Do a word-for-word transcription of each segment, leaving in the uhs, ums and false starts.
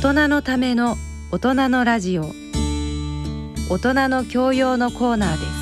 人のための大人のラジオ、大人の教養のコーナーです。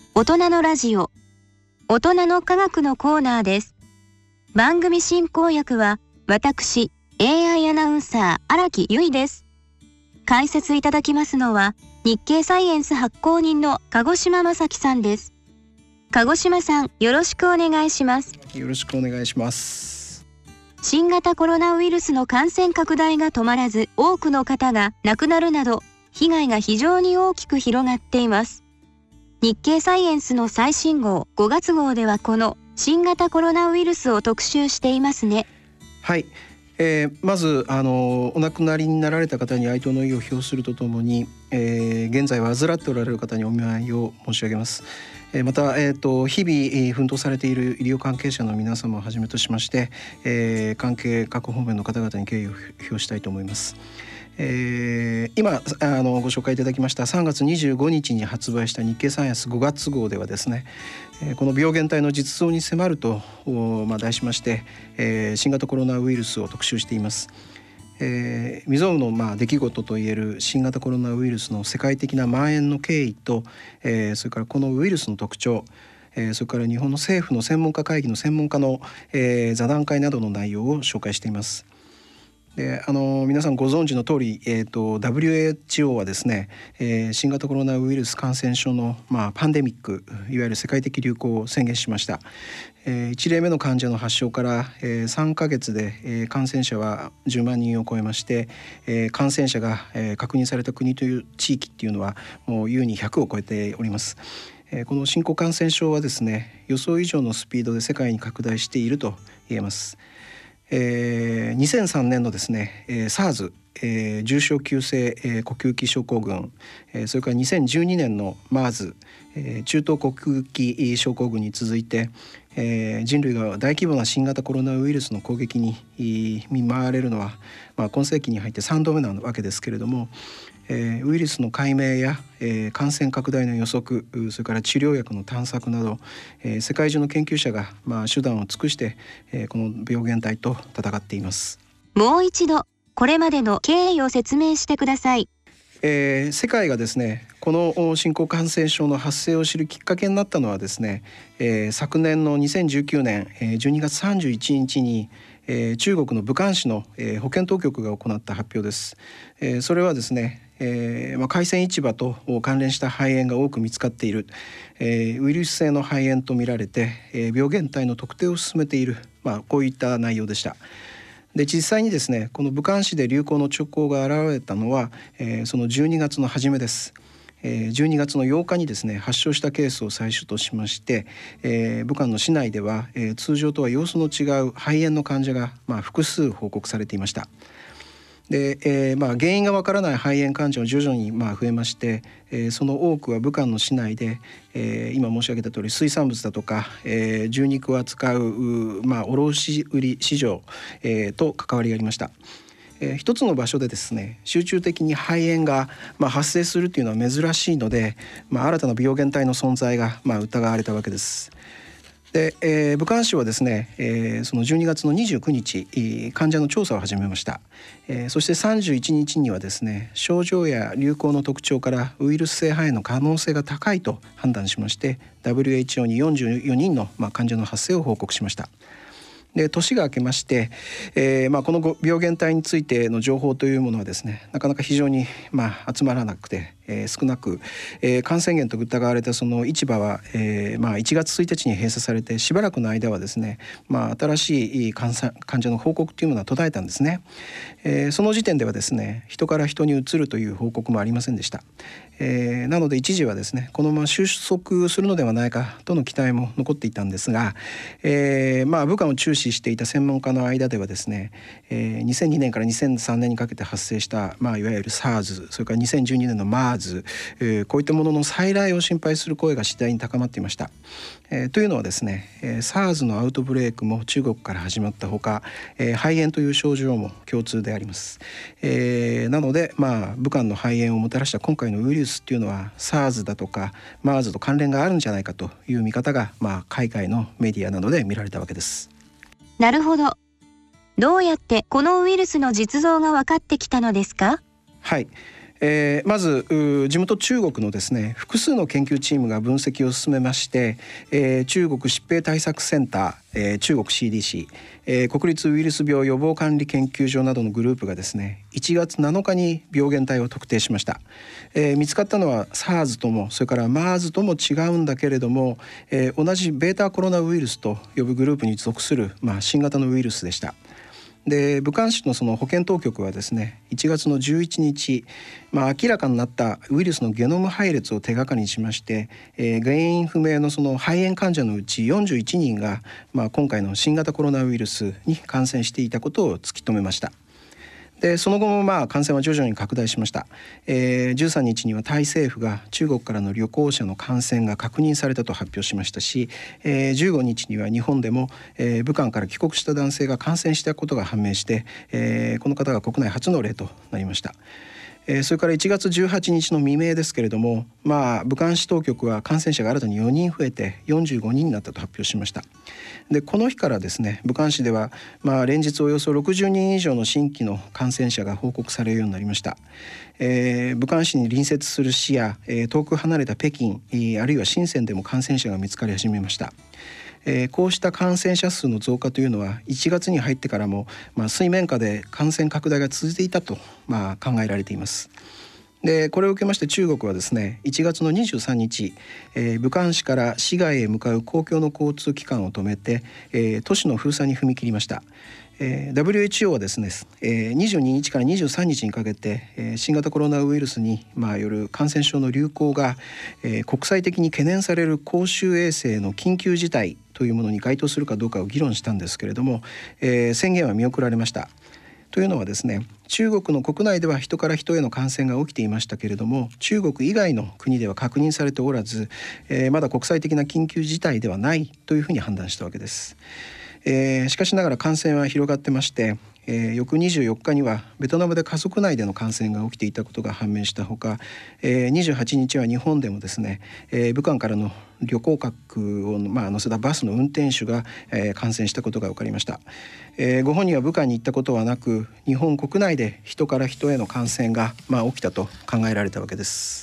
大人のラジオ、大人の科学のコーナーです。番組進行役は私 エーアイ アナウンサー荒木由衣です。解説いただきますのは日経サイエンス発行人の鹿児島正樹さんです。鹿児島さん、よろしくお願いします。 よろしくお願いします。 新型コロナウイルスの感染拡大が止まらず、多くの方が亡くなるなど被害が非常に大きく広がっています。日経サイエンスの最新号ごがつ号ではこの新型コロナウイルスを特集していますね。 はい、えー、まずあのお亡くなりになられた方に哀悼の意を表するとともに、えー、現在患っておられる方にお見舞いを申し上げます。えー、また、えー、と日々、えー、奮闘されている医療関係者の皆様をはじめとしまして、えー、関係各方面の方々に敬意を表したいと思います。えー、今あのご紹介いただきましたさんがつにじゅうごにちに発売した日経サイエンスごがつ号ではですね、えー、この病原体の実像に迫ると、まあ、題しまして、えー、新型コロナウイルスを特集しています。えー、未曾有の、まあ、出来事といえる新型コロナウイルスの世界的な蔓延の経緯と、えー、それからこのウイルスの特徴、えー、それから日本の政府の専門家会議の専門家の、えー、座談会などの内容を紹介しています。であの皆さんご存知の通り、えー、と ダブリューエイチオー はですね、えー、新型コロナウイルス感染症の、まあ、パンデミック、いわゆる世界的流行を宣言しました。えー、いち例目の患者の発症から、えー、さんかげつで、えー、感染者はじゅうまんにんを超えまして、えー、感染者が、えー、確認された国という地域っていうのはもう優にひゃくを超えております。えー、この新興感染症はですね、予想以上のスピードで世界に拡大していると言えます。えー、にせんさんねんのですね、えー、SARS、えー、重症急性、えー、呼吸器症候群、えー、それからにせんじゅうにねんの MERS、えー、中等呼吸器症候群に続いて、えー、人類が大規模な新型コロナウイルスの攻撃に見舞われるのは、まあ、今世紀に入ってさんどめなわけですけれども、えー、ウイルスの解明や、えー、感染拡大の予測、それから治療薬の探索など、えー、世界中の研究者が、まあ、手段を尽くして、えー、この病原体と戦っています。 もう一度これまでの経緯を説明してください。 えー、世界がですね、この新興感染症の発生を知るきっかけになったのはですね、えー、昨年のにせんじゅうきゅうねん、えー、じゅうにがつさんじゅういちにちに、えー、中国の武漢市の、えー、保健当局が行った発表です。えー、それはですね、えーまあ、海鮮市場と関連した肺炎が多く見つかっている、えー、ウイルス性の肺炎とみられて、えー、病原体の特定を進めている、まあ、こういった内容でした。で実際にですね、この武漢市で流行の兆候が現れたのは、えー、そのじゅうにがつの初めです。えー、じゅうにがつのようかにですね、発症したケースを最初としまして、えー、武漢の市内では、えー、通常とは様子の違う肺炎の患者が、まあ、複数報告されていました。で、えーまあ、原因がわからない肺炎患者が徐々にまあ増えまして、えー、その多くは武漢の市内で、えー、今申し上げた通り水産物だとか、えー、牛肉を扱う、まあ、卸売市場、えー、と関わりがありました。えー、一つの場所でですね、集中的に肺炎が、まあ、発生するというのは珍しいので、まあ、新たな病原体の存在が、まあ、疑われたわけです。で、えー、武漢市はですね、えー、そのじゅうにがつのにじゅうくにち患者の調査を始めました。えー、そしてさんじゅういちにちにはですね、症状や流行の特徴からウイルス性肺炎の可能性が高いと判断しまして ダブリューエイチオー によんじゅうよにんの、まあ、患者の発生を報告しました。で年が明けまして、えーまあ、この病原体についての情報というものはですね、なかなか非常に、まあ、集まらなくて、えー、少なく、えー、感染源と疑われたその市場は、えーまあ、いちがつついたちに閉鎖されてしばらくの間はですね、まあ、新しい患者の報告というものは途絶えたんですね。えー、その時点ではですね、人から人にうつるという報告もありませんでした。えー、なので一時はですね、このまま収束するのではないかとの期待も残っていたんですが、えーまあ、武漢を注視していた専門家の間ではですね、えー、にせんにねんからにせんさんねんにかけて発生した、まあ、いわゆる SARS、 それからにせんじゅうにねんの MERS、えー、こういったものの再来を心配する声が次第に高まっていました。えー、というのはですね、えー、SARS のアウトブレイクも中国から始まったほか、えー、肺炎という症状も共通であります。えー、なので、まあ、武漢の肺炎をもたらした今回のウイルスっていうのは SARS だとか MERS と関連があるんじゃないかという見方が、まあ、海外のメディアなどで見られたわけです。 なるほど。 どうやってこのウイルスの実像が分かってきたのですか？ はい、えー、まず地元中国のですね複数の研究チームが分析を進めまして、えー、中国疾病対策センター、えー、中国 シーディーシー、えー、国立ウイルス病予防管理研究所などのグループがですねいちがつなのかに病原体を特定しました。えー、見つかったのは SARS ともそれから MERS とも違うんだけれども、えー、同じベータコロナウイルスと呼ぶグループに属する、まあ、新型のウイルスでした。で武漢市のその保健当局はですねいちがつのじゅういちにち、まあ、明らかになったウイルスのゲノム配列を手がかりにしまして、えー、原因不明のその肺炎患者のうちよんじゅういちにんが、まあ、今回の新型コロナウイルスに感染していたことを突き止めました。でその後もまあ感染は徐々に拡大しました。えー、じゅうさんにちにはタイ政府が中国からの旅行者の感染が確認されたと発表しましたし、えー、じゅうごにちには日本でも、えー、武漢から帰国した男性が感染したことが判明して、えー、この方が国内初の例となりました。えー、それからいちがつじゅうはちにちの未明ですけれども、まあ、武漢市当局は感染者が新たによにん増えてよんじゅうごにんになったと発表しました。でこの日からですね武漢市では、まあ、連日およそろくじゅうにん以上の新規の感染者が報告されるようになりました。えー、武漢市に隣接する市や、えー、遠く離れた北京、えー、あるいは深センでも感染者が見つかり始めました。えー、こうした感染者数の増加というのはいちがつに入ってからも、まあ、水面下で感染拡大が続いていたと、まあ、考えられています。でこれを受けまして中国はですねいちがつのにじゅうさんにち、えー、武漢市から市外へ向かう公共の交通機関を止めて、えー、都市の封鎖に踏み切りました。えー、ダブリューエイチオー はですね、えー、にじゅうににちからにじゅうさんにちにかけて、えー、新型コロナウイルスに、まあ、よる感染症の流行が、えー、国際的に懸念される公衆衛生の緊急事態というものに該当するかどうかを議論したんですけれども、えー、宣言は見送られました。というのはですね中国の国内では人から人への感染が起きていましたけれども中国以外の国では確認されておらず、えー、まだ国際的な緊急事態ではないというふうに判断したわけです。えー、しかしながら感染は広がってまして、えー、翌にじゅうよっかにはベトナムで家族内での感染が起きていたことが判明したほか、えー、にじゅうはちにちは日本でもですね、えー、武漢からの旅行客を、まあ、乗せたバスの運転手が、えー、感染したことが分かりました。えー、ご本人は武漢に行ったことはなく日本国内で人から人への感染が、まあ、起きたと考えられたわけです。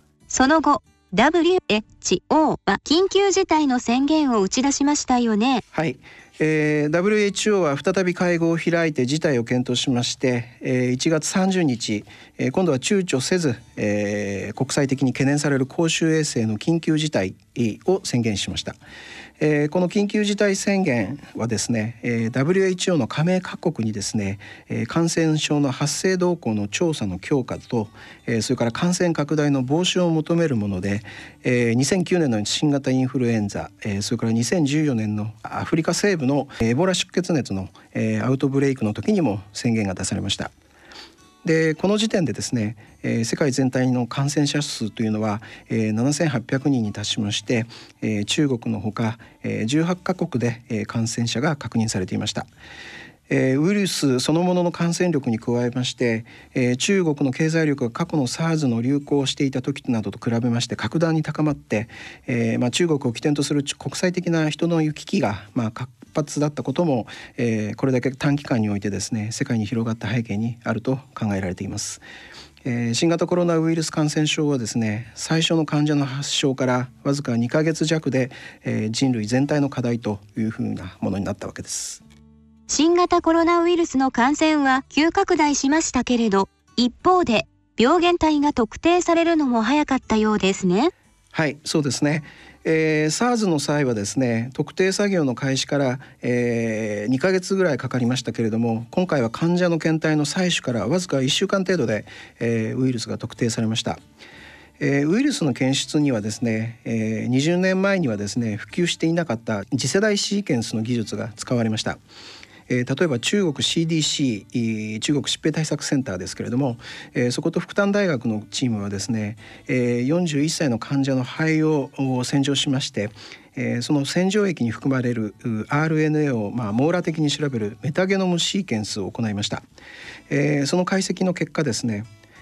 その後ダブリューエイチオー は緊急事態の宣言を打ち出しましたよね。 はい、えー、ダブリューエイチオー は再び会合を開いて事態を検討しまして、えー、いちがつさんじゅうにち、えー、今度は躊躇せず、えー、国際的に懸念される公衆衛生の緊急事態を宣言しました。えー、この緊急事態宣言はですね、えー、ダブリューエイチオー の加盟各国にですね、えー、感染症の発生動向の調査の強化と、えー、それから感染拡大の防止を求めるもので、えー、にせんきゅうねんの新型インフルエンザ、えー、それからにせんじゅうよねんのアフリカ西部のエボラ出血熱の、えー、アウトブレイクの時にも宣言が出されました。でこの時点でですね、えー、世界全体の感染者数というのは、えー、ななせんはっぴゃくにんに達しまして、えー、中国のほか、えー、じゅうはちかこくで、えー、感染者が確認されていました。えー、ウイルスそのものの感染力に加えまして、えー、中国の経済力が過去の SARS の流行をしていた時などと比べまして格段に高まって、えーまあ、中国を起点とする国際的な人の行き来が、まあ、活発だったことも、えー、これだけ短期間においてですね世界に広がった背景にあると考えられています。えー、新型コロナウイルス感染症はですね最初の患者の発症からわずかにかげつじゃくで、えー、人類全体の課題というふうなものになったわけです。 新型コロナウイルスの感染は急拡大しましたけれど、一方で病原体が特定されるのも早かったようですね。 はい、そうですね。えー、SARS の際はですね特定作業の開始から、えー、にかげつぐらいかかりましたけれども今回は患者の検体の採取からわずかいっしゅうかん程度で、えー、ウイルスが特定されました。えー、ウイルスの検出にはですね、えー、にじゅうねんまえにはですね普及していなかった次世代シーケンスの技術が使われました。えー、例えば中国 シーディーシー 中国疾病対策センターですけれども、えー、そこと福旦大学のチームはですね、えー、よんじゅういっさいの患者の肺を洗浄しまして、えー、その洗浄液に含まれる アールエヌエー を、まあ、網羅的に調べるメタゲノムシーケンスを行いました。えー、その解析の結果ですね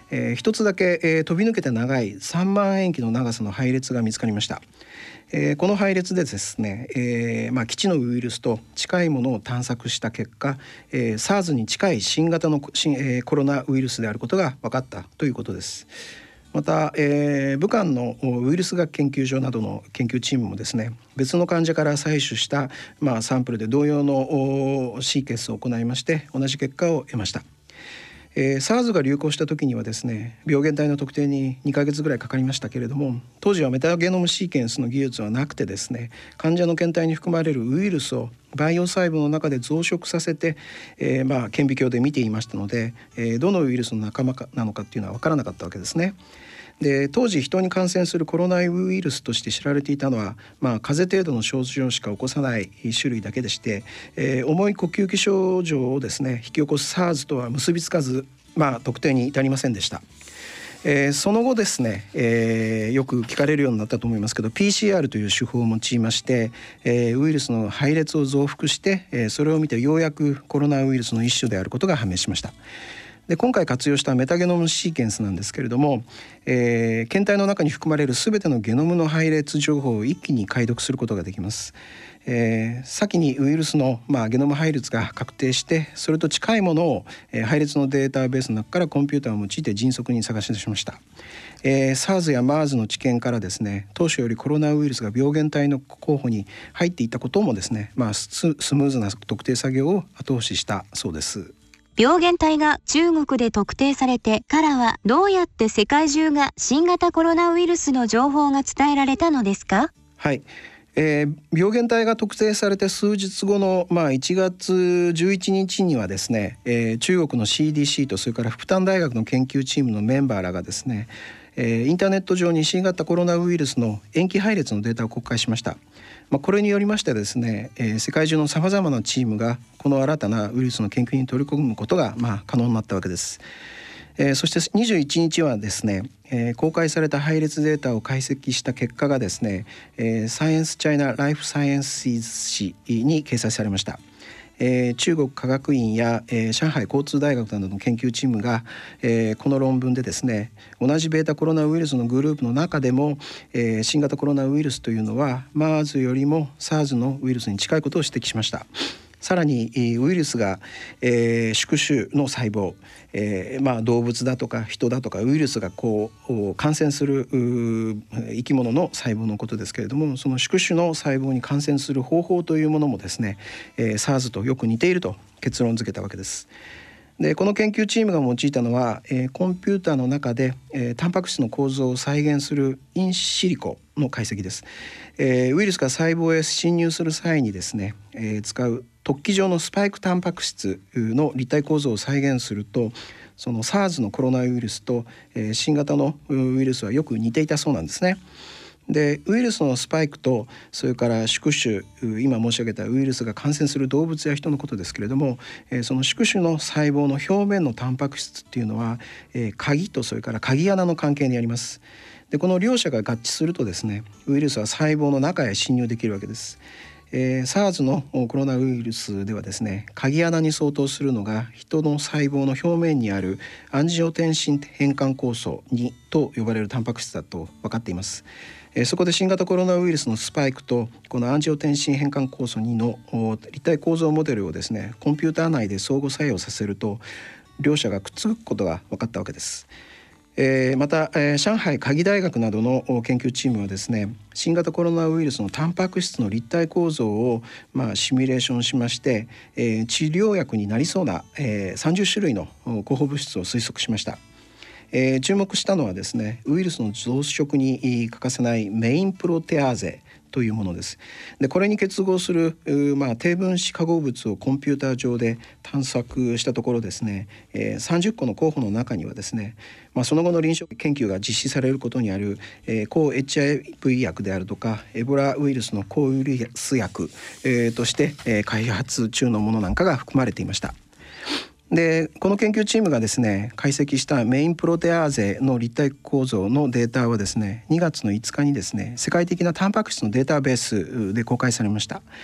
えー、一つだけ、えー、飛び抜けて長いさんまん塩基の長さの配列が見つかりました。えー、この配列でですね、えーまあ、基地のウイルスと近いものを探索した結果、えー、SARS に近い新型の新、えー、コロナウイルスであることが分かったということです。また、えー、武漢のウイルス学研究所などの研究チームもですね、別の患者から採取した、まあ、サンプルで同様のシーケンスを行いまして同じ結果を得ました。えー、SARS が流行した時にはですね、病原体の特定ににかげつぐらいかかりましたけれども、当時はメタゲノムシーケンスの技術はなくてですね、患者の検体に含まれるウイルスを培養細胞の中で増殖させて、えー、まあ顕微鏡で見ていましたので、えー、どのウイルスの仲間かなのかっていうのは分からなかったわけですね。で当時人に感染するコロナウイルスとして知られていたのは、まあ、風邪程度の症状しか起こさない種類だけでして、えー、重い呼吸器症状をですね引き起こす SARS とは結びつかず、まあ、特定に至りませんでした。えー、その後ですね、えー、よく聞かれるようになったと思いますけど ピーシーアール という手法を用いまして、えー、ウイルスの配列を増幅して、えー、それを見てようやくコロナウイルスの一種であることが判明しました。で今回活用したメタゲノムシーケンスなんですけれども、えー、検体の中に含まれるすべてのゲノムの配列情報を一気に解読することができます。えー、先にウイルスの、まあ、ゲノム配列が確定してそれと近いものを、えー、配列のデータベースの中からコンピューターを用いて迅速に探し出しました。えー、SARS や MERS の知見からですね、当初よりコロナウイルスが病原体の候補に入っていたこともですね、まあ、ス, スムーズな特定作業を後押ししたそうです。 病原体が中国で特定されてからはどうやって世界中が新型コロナウイルスの情報が伝えられたのですか？ はい、えー、病原体が特定されて数日後の、まあ、いちがつじゅういちにちにはですね、えー、中国の シーディーシー とそれから復旦大学の研究チームのメンバーらがですね、えー、インターネット上に新型コロナウイルスの塩基配列のデータを公開しました。まあ、これによりましてですね、えー、世界中のさまざまなチームがこの新たなウイルスの研究に取り組むことが、まあ、可能になったわけです。えー、そしてにじゅういちにちはですね、えー、公開された配列データを解析した結果がですね、えー、サイエンスチャイナライフサイエンシー誌に掲載されました。えー、中国科学院や、えー、上海交通大学などの研究チームが、えー、この論文でですね、同じベータコロナウイルスのグループの中でも、えー、新型コロナウイルスというのは MERS よりも SARS のウイルスに近いことを指摘しました。さらにウイルスが、えー、宿主の細胞、えーまあ、動物だとか人だとかウイルスがこう感染する生き物の細胞のことですけれども、その宿主の細胞に感染する方法というものもですね、えー、SARS とよく似ていると結論付けたわけです。でこの研究チームが用いたのは、えー、コンピューターの中で、えー、タンパク質の構造を再現するインシリコの解析です。えー、ウイルスが細胞へ侵入する際にですね、えー、使う突起状のスパイクタンパク質の立体構造を再現すると、その SARS のコロナウイルスと、えー、新型のウイルスはよく似ていたそうなんですね。でウイルスのスパイクとそれから宿主、今申し上げたウイルスが感染する動物や人のことですけれども、えー、その宿主の細胞の表面のタンパク質っていうのは、えー、鍵とそれから鍵穴の関係にあります。でこの両者が合致するとですね、ウイルスは細胞の中へ侵入できるわけです。えー、SARS のコロナウイルスではですね、鍵穴に相当するのが人の細胞の表面にあるアンジオテンシン変換酵素にと呼ばれるタンパク質だと分かっています。えー、そこで新型コロナウイルスのスパイクとこのアンジオテンシン変換酵素にの立体構造モデルをですね、コンピューター内で相互作用させると両者がくっつくことが分かったわけです。えー、また、えー、上海科技大学などの研究チームはですね、新型コロナウイルスのタンパク質の立体構造を、まあ、シミュレーションしまして、えー、治療薬になりそうな、えー、さんじゅっしゅるいの候補物質を推測しました。えー、注目したのはですね、ウイルスの増殖に欠かせないメインプロテアーゼというものです。でこれに結合する、まあ、低分子化合物をコンピューター上で探索したところですね、えー、さんじゅっこの候補の中にはですね、まあ、その後の臨床研究が実施されることにある、えー、抗 エイチアイブイ 薬であるとかエボラウイルスの抗ウイルス薬、えー、として、えー、開発中のものなんかが含まれていました。でこの研究チームがですね解析したメインプロテアーゼの立体構造のデータはですねにがつのいつかにですね世界的なタンパク質のデータベースで公開されました。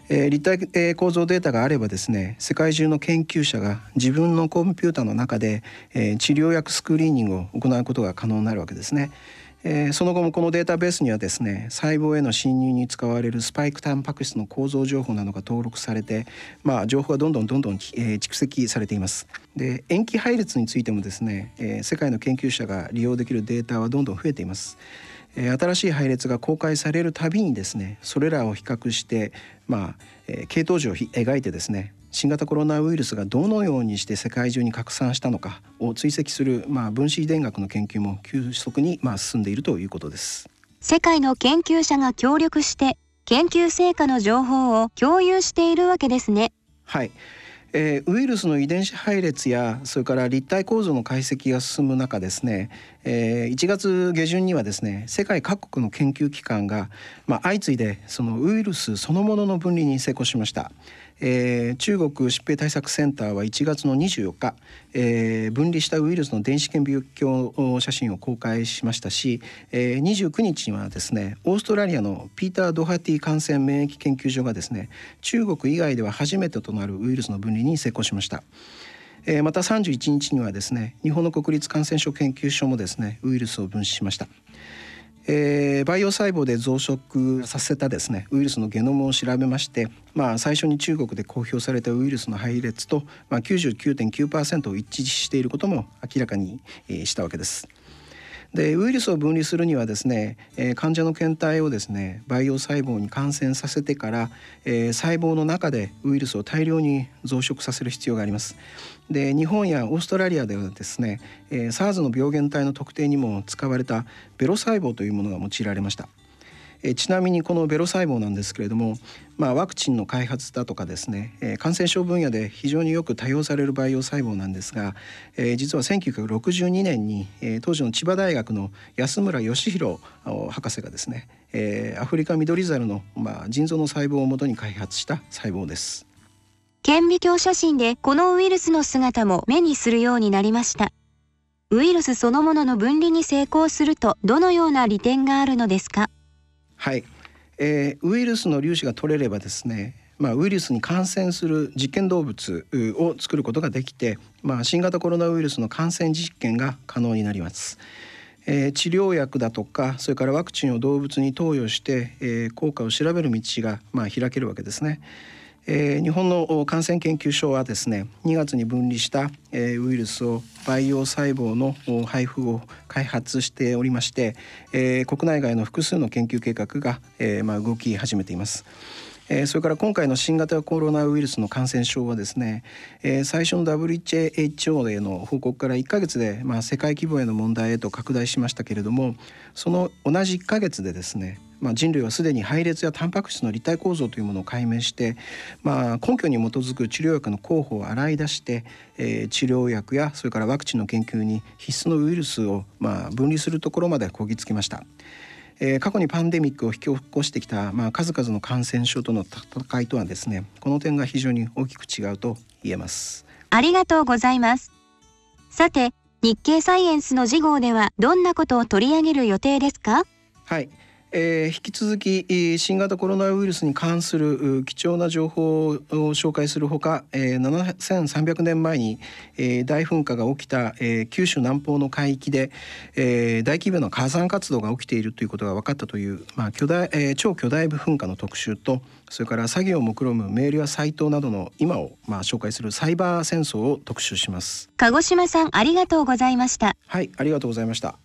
えー、立体、えー、構造データがあればですね、世界中の研究者が自分のコンピューターの中で、えー、治療薬スクリーニングを行うことが可能になるわけですね。えー、その後もこのデータベースにはですね、細胞への侵入に使われるスパイクタンパク質の構造情報などが登録されて、まあ、情報がどんどんどんどん、えー、蓄積されています。で、塩基配列についてもですね、えー、世界の研究者が利用できるデータはどんどん増えています。えー、新しい配列が公開されるたびにですね、それらを比較して、まあえー、系統樹を描いてですね、新型コロナウイルスがどのようにして世界中に拡散したのかを追跡する、まあ、分子遺伝学の研究も急速に、まあ、進んでいるということです。 世界の研究者が協力して研究成果の情報を共有しているわけですね。 はい、えー、ウイルスの遺伝子配列やそれから立体構造の解析が進む中ですね、えー、いちがつげじゅんにはですね、世界各国の研究機関が、まあ、相次いでそのウイルスそのものの分離に成功しました。えー、中国疾病対策センターはいちがつのにじゅうよっか、えー、分離したウイルスの電子顕微鏡写真を公開しましたし、えー、にじゅうくにちにはですね、オーストラリアのピーター・ドハティ感染免疫研究所がですね、中国以外では初めてとなるウイルスの分離に成功しました。えー、またさんじゅういちにちにはですね、日本の国立感染症研究所もですね、ウイルスを分子しました。えー、培養細胞で増殖させたですね、ウイルスのゲノムを調べまして、まあ、最初に中国で公表されたウイルスの配列と、まあ、きゅうじゅうきゅうてんきゅうパーセント 一致していることも明らかに、えー、したわけです。で、ウイルスを分離するにはですね、えー、患者の検体をですね、培養細胞に感染させてから、えー、細胞の中でウイルスを大量に増殖させる必要があります。で、日本やオーストラリアではですね、えー、SARS の病原体の特定にも使われたベロ細胞というものが用いられました。えちなみにこのベロ細胞なんですけれども、まあ、ワクチンの開発だとかですね、えー、感染症分野で非常によく多用される培養細胞なんですが、えー、実はせんきゅうひゃくろくじゅうにねんに、えー、当時の千葉大学の安村義弘博士がですね、えー、アフリカミドリザルの、まあ、腎臓の細胞をもとに開発した細胞です。 顕微鏡写真でこのウイルスの姿も目にするようになりました。ウイルスそのものの分離に成功するとどのような利点があるのですか？ はい、えー、ウイルスの粒子が取れればですね、まあ、ウイルスに感染する実験動物を作ることができて、まあ、新型コロナウイルスの感染実験が可能になります。えー、治療薬だとかそれからワクチンを動物に投与して、えー、効果を調べる道が、まあ、開けるわけですね。えー、日本の感染研究所はですね、にがつに分離した、えー、ウイルスを培養細胞の配布を開発しておりまして、えー、国内外の複数の研究計画が、えーまあ、動き始めています。えー、それから今回の新型コロナウイルスの感染症はですね、えー、最初の ダブリューエイチオー への報告からいっかげつで、まあ、世界規模への問題へと拡大しましたけれども、その同じいっかげつでですね、まあ、人類はすでに配列やタンパク質の立体構造というものを解明して、まあ、根拠に基づく治療薬の候補を洗い出して、えー、治療薬やそれからワクチンの研究に必須のウイルスを、まあ、分離するところまでこぎつけました。えー、過去にパンデミックを引き起こしてきた、まあ、数々の感染症との戦いとはですね、この点が非常に大きく違うと言えます。 ありがとうございます。さて、日経サイエンスの次号ではどんなことを取り上げる予定ですか？ はい、えー、引き続き新型コロナウイルスに関する貴重な情報を紹介するほか、えー、ななせんさんびゃくねんまえに、えー、大噴火が起きた、えー、九州南方の海域で、えー、大規模な火山活動が起きているということが分かったという、まあ巨大えー、超巨大噴火の特集と、それから作業を目論むメールやサイトなどの今を、まあ、紹介するサイバー戦争を特集します。 鹿児島さん、ありがとうございました。 はい、ありがとうございました。